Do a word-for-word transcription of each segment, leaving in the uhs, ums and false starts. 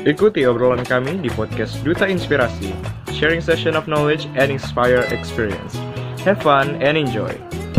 Ikuti obrolan kami di podcast Duta Inspirasi, sharing session of knowledge and inspire experience. Have fun and enjoy.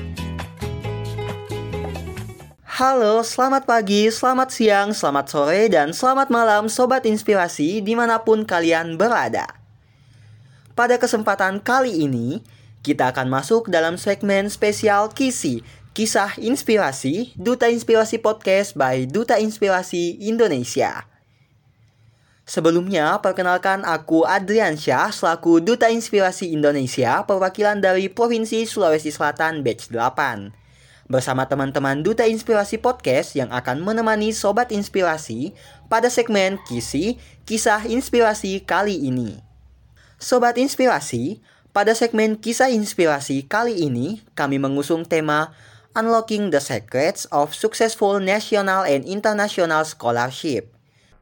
Halo, selamat pagi, selamat siang, selamat sore, dan selamat malam Sobat Inspirasi dimanapun kalian berada. Pada kesempatan kali ini, kita akan masuk dalam segmen spesial Kisi, Kisah Inspirasi, Duta Inspirasi Podcast by Duta Inspirasi Indonesia. Sebelumnya, perkenalkan aku Adriansyah selaku Duta Inspirasi Indonesia perwakilan dari Provinsi Sulawesi Selatan Batch delapan. Bersama teman-teman Duta Inspirasi Podcast yang akan menemani Sobat Inspirasi pada segmen Kisi, Kisah Inspirasi kali ini. Sobat Inspirasi, pada segmen Kisah Inspirasi kali ini, kami mengusung tema Unlocking the Secrets of Successful National and International Scholarship.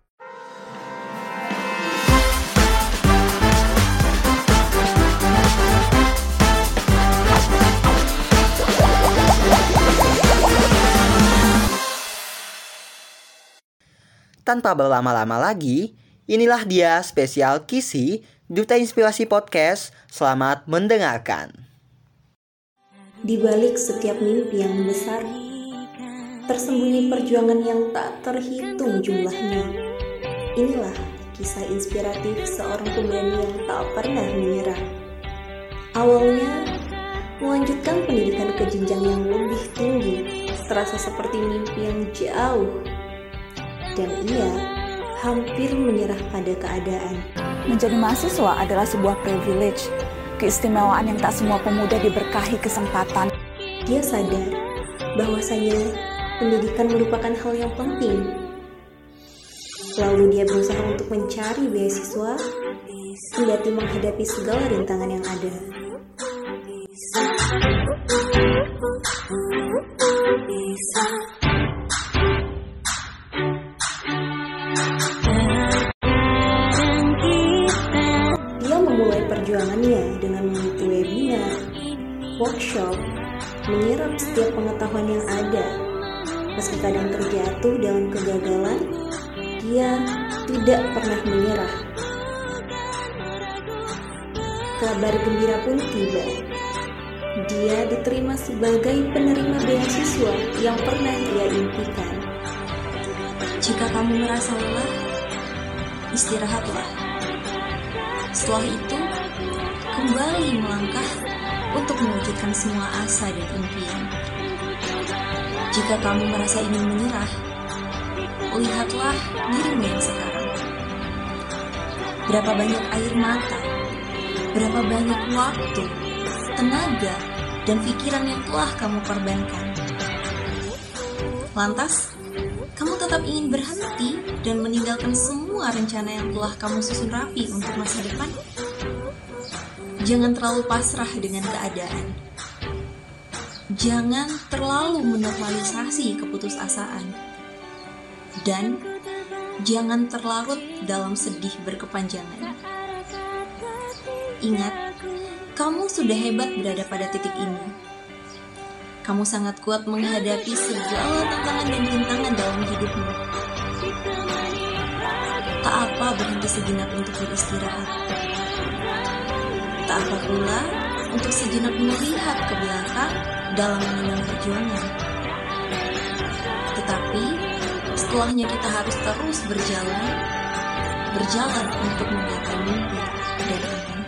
Tanpa berlama-lama lagi, inilah dia spesial Kisi, Duta Inspirasi Podcast. Selamat mendengarkan. Di balik setiap mimpi yang besar, tersembunyi perjuangan yang tak terhitung jumlahnya. Inilah kisah inspiratif seorang pemberani yang tak pernah menyerah. Awalnya, melanjutkan pendidikan ke jenjang yang lebih tinggi terasa seperti mimpi yang jauh. Dan ia hampir menyerah pada keadaan. Menjadi mahasiswa adalah sebuah privilege, keistimewaan yang tak semua pemuda diberkahi kesempatan. Dia sadar bahwasanya pendidikan merupakan hal yang penting. Lalu dia berusaha untuk mencari beasiswa, kendati menghadapi segala rintangan yang ada. Perjuangannya dengan mengikuti webinar, workshop, menyerap setiap pengetahuan yang ada. Meski kadang terjatuh dalam kegagalan, dia tidak pernah menyerah. Kabar gembira pun tiba. Dia diterima sebagai penerima beasiswa yang pernah dia impikan. Jika kamu merasa lelah, istirahatlah. Setelah itu, kembali melangkah untuk mewujudkan semua asa dan impian. Jika kamu merasa ingin menyerah, lihatlah dirimu yang sekarang. Berapa banyak air mata, berapa banyak waktu, tenaga, dan pikiran yang telah kamu korbankan. Lantas, kamu tetap ingin berhenti dan meninggalkan semua rencana yang telah kamu susun rapi untuk masa depan? Jangan terlalu pasrah dengan keadaan. Jangan terlalu menormalisasi keputusasaan. Dan jangan terlarut dalam sedih berkepanjangan. Ingat, kamu sudah hebat berada pada titik ini. Kamu sangat kuat menghadapi segala tantangan dan rintangan dalam hidupmu. Tak apa berhenti sejenak untuk beristirahat. Tak apa pula untuk sejenak melihat ke belakang dalam mengenang perjuangan. Tetapi setelahnya kita harus terus berjalan, berjalan untuk menggapai mimpi dan aman.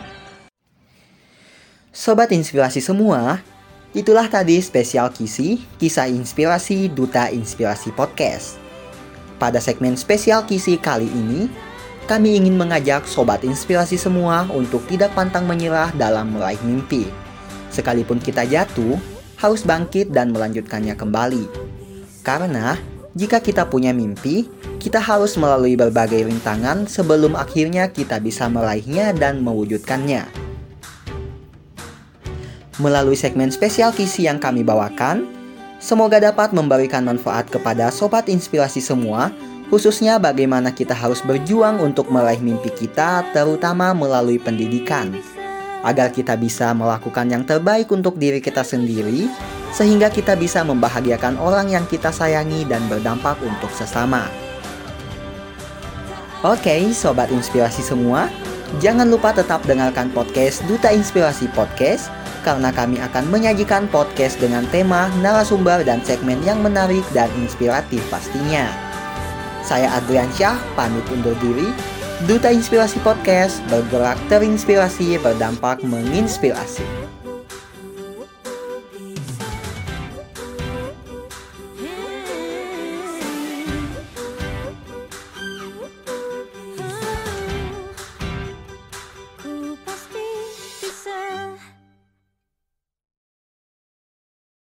Sobat Inspirasi semua, itulah tadi spesial Kisi, Kisah Inspirasi Duta Inspirasi Podcast. Pada segmen spesial Kisi kali ini, kami ingin mengajak Sobat Inspirasi semua untuk tidak pantang menyerah dalam meraih mimpi. Sekalipun kita jatuh, harus bangkit dan melanjutkannya kembali. Karena, jika kita punya mimpi, kita harus melalui berbagai rintangan sebelum akhirnya kita bisa meraihnya dan mewujudkannya. Melalui segmen spesial Kisi yang kami bawakan, semoga dapat memberikan manfaat kepada Sobat Inspirasi semua, khususnya bagaimana kita harus berjuang untuk meraih mimpi kita, terutama melalui pendidikan, agar kita bisa melakukan yang terbaik untuk diri kita sendiri, sehingga kita bisa membahagiakan orang yang kita sayangi dan berdampak untuk sesama. Oke, Sobat Inspirasi semua, jangan lupa tetap dengarkan podcast Duta Inspirasi Podcast, karena kami akan menyajikan podcast dengan tema, narasumber, dan segmen yang menarik dan inspiratif pastinya. Saya Adrian Syah, pamit undur diri. Duta Inspirasi Podcast, bergerak terinspirasi, berdampak menginspirasi.